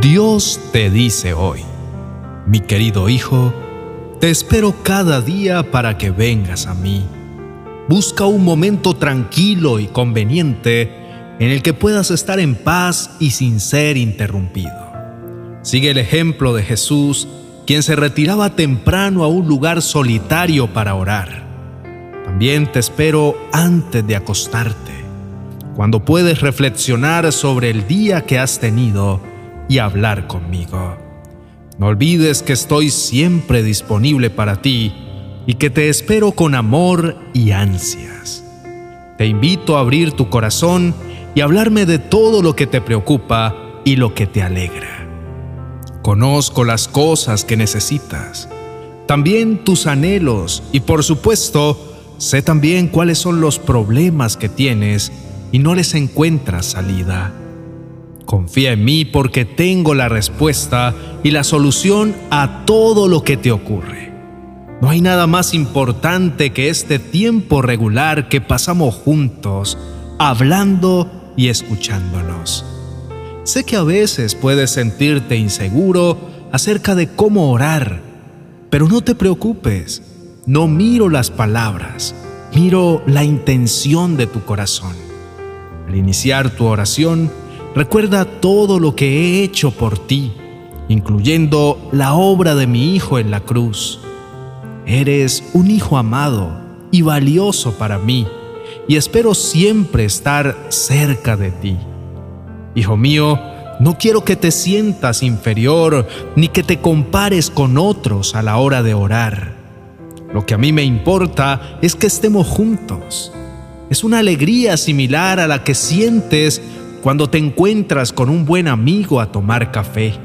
Dios te dice hoy: mi querido hijo, te espero cada día para que vengas a mí. Busca un momento tranquilo y conveniente en el que puedas estar en paz y sin ser interrumpido. Sigue el ejemplo de Jesús, quien se retiraba temprano a un lugar solitario para orar. También te espero antes de acostarte, cuando puedes reflexionar sobre el día que has tenido y hablar conmigo. No olvides que estoy siempre disponible para ti y que te espero con amor y ansias. Te invito a abrir tu corazón y hablarme de todo lo que te preocupa y lo que te alegra. Conozco las cosas que necesitas, también tus anhelos y, por supuesto, sé también cuáles son los problemas que tienes y no les encuentras salida. Confía en mí porque tengo la respuesta y la solución a todo lo que te ocurre. No hay nada más importante que este tiempo regular que pasamos juntos, hablando y escuchándonos. Sé que a veces puedes sentirte inseguro acerca de cómo orar, pero no te preocupes. No miro las palabras, miro la intención de tu corazón. Al iniciar tu oración, recuerda todo lo que he hecho por ti, incluyendo la obra de mi Hijo en la cruz. Eres un hijo amado y valioso para mí, y espero siempre estar cerca de ti. Hijo mío, no quiero que te sientas inferior ni que te compares con otros a la hora de orar. Lo que a mí me importa es que estemos juntos. Es una alegría similar a la que sientes cuando te encuentras con un buen amigo a tomar café.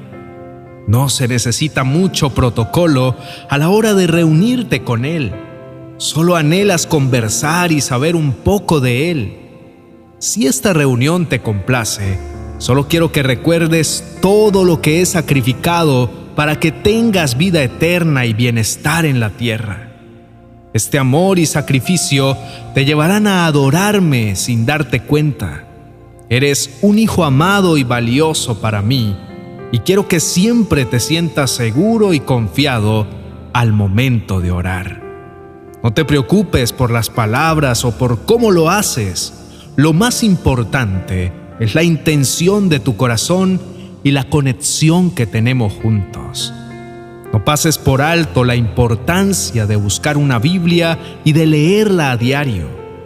No se necesita mucho protocolo a la hora de reunirte con él. Solo anhelas conversar y saber un poco de él. Si esta reunión te complace, solo quiero que recuerdes todo lo que he sacrificado para que tengas vida eterna y bienestar en la tierra. Este amor y sacrificio te llevarán a adorarme sin darte cuenta. Eres un hijo amado y valioso para mí, y quiero que siempre te sientas seguro y confiado al momento de orar. No te preocupes por las palabras o por cómo lo haces. Lo más importante es la intención de tu corazón y la conexión que tenemos juntos. No pases por alto la importancia de buscar una Biblia y de leerla a diario.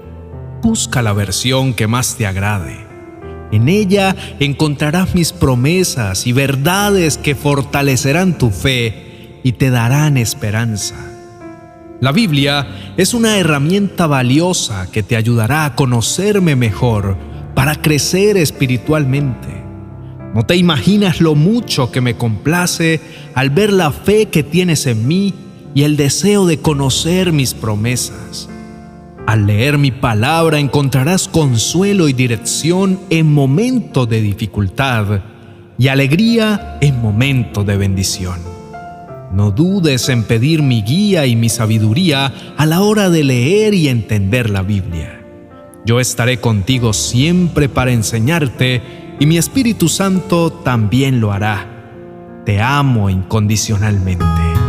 Busca la versión que más te agrade. En ella encontrarás mis promesas y verdades que fortalecerán tu fe y te darán esperanza. La Biblia es una herramienta valiosa que te ayudará a conocerme mejor para crecer espiritualmente. No te imaginas lo mucho que me complace al ver la fe que tienes en mí y el deseo de conocer mis promesas. Al leer mi palabra encontrarás consuelo y dirección en momentos de dificultad y alegría en momentos de bendición. No dudes en pedir mi guía y mi sabiduría a la hora de leer y entender la Biblia. Yo estaré contigo siempre para enseñarte y mi Espíritu Santo también lo hará. Te amo incondicionalmente.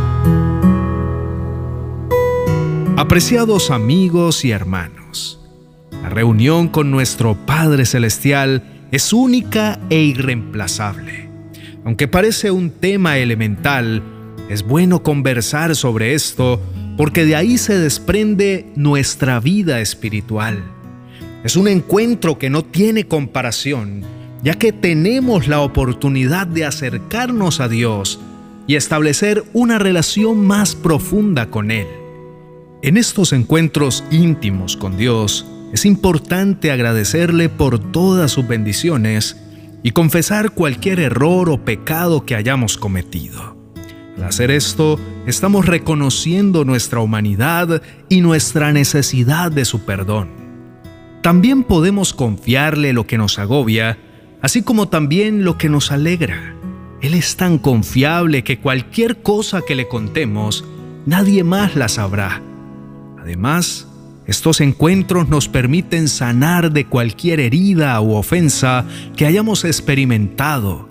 Apreciados amigos y hermanos, la reunión con nuestro Padre Celestial es única e irreemplazable. Aunque parece un tema elemental, es bueno conversar sobre esto porque de ahí se desprende nuestra vida espiritual. Es un encuentro que no tiene comparación, ya que tenemos la oportunidad de acercarnos a Dios y establecer una relación más profunda con Él. En estos encuentros íntimos con Dios, es importante agradecerle por todas sus bendiciones y confesar cualquier error o pecado que hayamos cometido. Al hacer esto, estamos reconociendo nuestra humanidad y nuestra necesidad de su perdón. También podemos confiarle lo que nos agobia, así como también lo que nos alegra. Él es tan confiable que cualquier cosa que le contemos, nadie más la sabrá. Además, estos encuentros nos permiten sanar de cualquier herida u ofensa que hayamos experimentado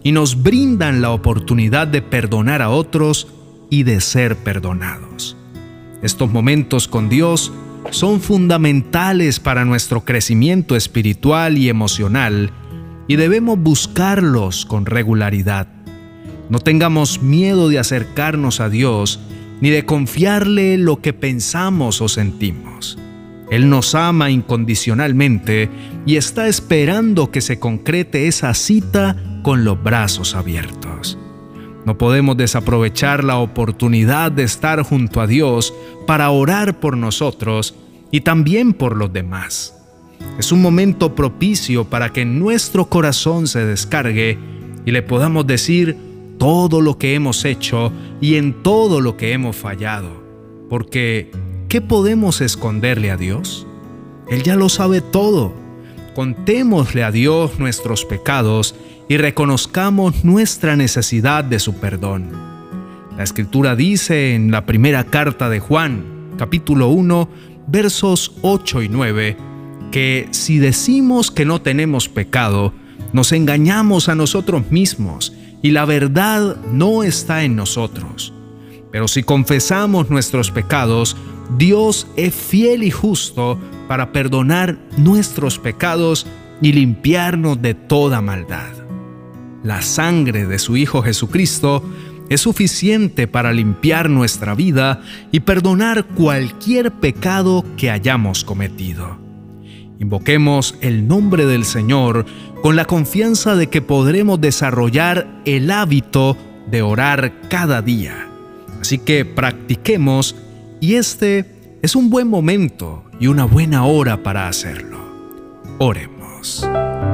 y nos brindan la oportunidad de perdonar a otros y de ser perdonados. Estos momentos con Dios son fundamentales para nuestro crecimiento espiritual y emocional y debemos buscarlos con regularidad. No tengamos miedo de acercarnos a Dios ni de confiarle lo que pensamos o sentimos. Él nos ama incondicionalmente y está esperando que se concrete esa cita con los brazos abiertos. No podemos desaprovechar la oportunidad de estar junto a Dios para orar por nosotros y también por los demás. Es un momento propicio para que nuestro corazón se descargue y le podamos decir todo lo que hemos hecho y en todo lo que hemos fallado. Porque, ¿qué podemos esconderle a Dios? Él ya lo sabe todo. Contémosle a Dios nuestros pecados y reconozcamos nuestra necesidad de su perdón. La Escritura dice en la primera carta de Juan, capítulo 1, versos 8 y 9, que si decimos que no tenemos pecado, nos engañamos a nosotros mismos y la verdad no está en nosotros. Pero si confesamos nuestros pecados, Dios es fiel y justo para perdonar nuestros pecados y limpiarnos de toda maldad. La sangre de su Hijo Jesucristo es suficiente para limpiar nuestra vida y perdonar cualquier pecado que hayamos cometido. Invoquemos el nombre del Señor con la confianza de que podremos desarrollar el hábito de orar cada día. Así que practiquemos, y este es un buen momento y una buena hora para hacerlo. Oremos.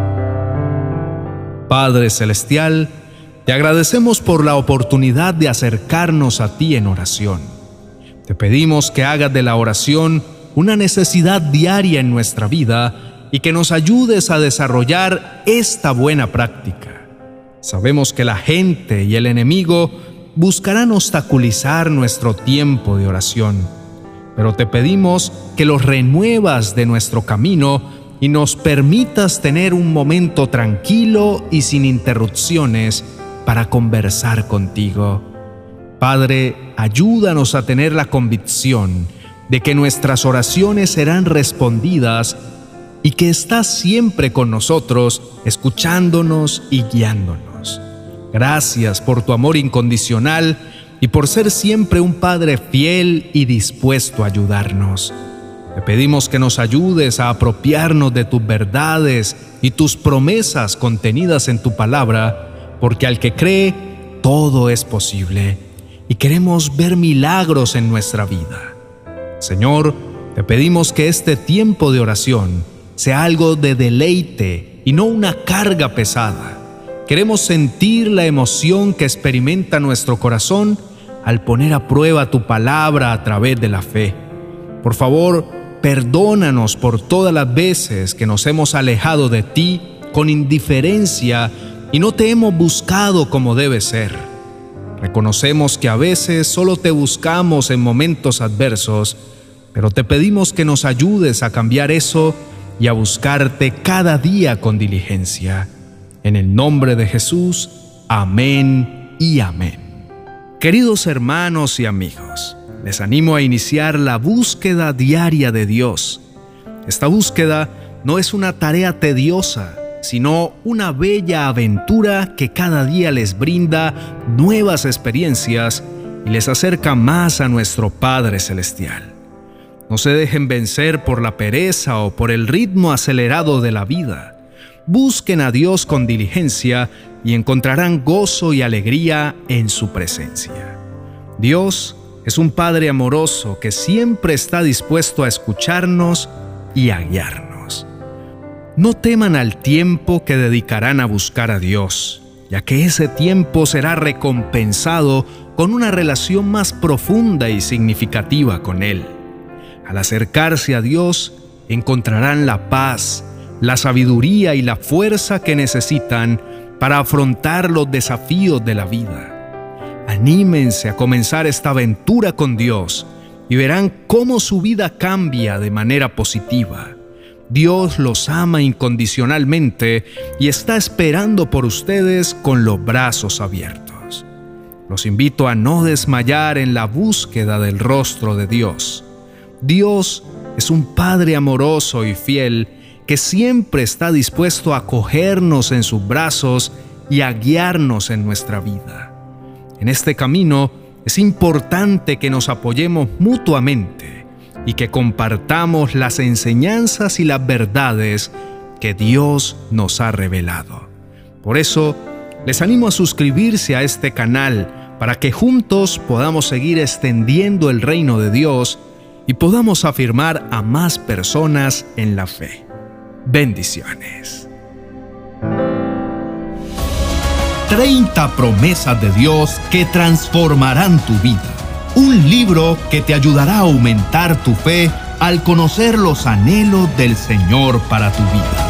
Padre Celestial, te agradecemos por la oportunidad de acercarnos a ti en oración. Te pedimos que hagas de la oración una necesidad diaria en nuestra vida y que nos ayudes a desarrollar esta buena práctica. Sabemos que la gente y el enemigo buscarán obstaculizar nuestro tiempo de oración, pero te pedimos que los renuevas de nuestro camino y nos permitas tener un momento tranquilo y sin interrupciones para conversar contigo. Padre, ayúdanos a tener la convicción de que nuestras oraciones serán respondidas y que estás siempre con nosotros, escuchándonos y guiándonos. Gracias por tu amor incondicional y por ser siempre un Padre fiel y dispuesto a ayudarnos. Te pedimos que nos ayudes a apropiarnos de tus verdades y tus promesas contenidas en tu palabra, porque al que cree, todo es posible y queremos ver milagros en nuestra vida. Señor, te pedimos que este tiempo de oración sea algo de deleite y no una carga pesada. Queremos sentir la emoción que experimenta nuestro corazón al poner a prueba tu palabra a través de la fe. Por favor, perdónanos por todas las veces que nos hemos alejado de ti con indiferencia y no te hemos buscado como debe ser. Reconocemos que a veces solo te buscamos en momentos adversos, pero te pedimos que nos ayudes a cambiar eso y a buscarte cada día con diligencia. En el nombre de Jesús, amén y amén. Queridos hermanos y amigos, les animo a iniciar la búsqueda diaria de Dios. Esta búsqueda no es una tarea tediosa, sino una bella aventura que cada día les brinda nuevas experiencias y les acerca más a nuestro Padre Celestial. No se dejen vencer por la pereza o por el ritmo acelerado de la vida. Busquen a Dios con diligencia y encontrarán gozo y alegría en su presencia. Dios es un Padre amoroso que siempre está dispuesto a escucharnos y a guiarnos. No teman al tiempo que dedicarán a buscar a Dios, ya que ese tiempo será recompensado con una relación más profunda y significativa con Él. Al acercarse a Dios, encontrarán la paz, la sabiduría y la fuerza que necesitan para afrontar los desafíos de la vida. Anímense a comenzar esta aventura con Dios y verán cómo su vida cambia de manera positiva. Dios los ama incondicionalmente y está esperando por ustedes con los brazos abiertos. Los invito a no desmayar en la búsqueda del rostro de Dios. Dios es un Padre amoroso y fiel que siempre está dispuesto a acogernos en sus brazos y a guiarnos en nuestra vida. En este camino es importante que nos apoyemos mutuamente y que compartamos las enseñanzas y las verdades que Dios nos ha revelado. Por eso, les animo a suscribirse a este canal para que juntos podamos seguir extendiendo el reino de Dios y podamos afirmar a más personas en la fe. Bendiciones. 30 promesas de Dios que transformarán tu vida. Un libro que te ayudará a aumentar tu fe al conocer los anhelos del Señor para tu vida.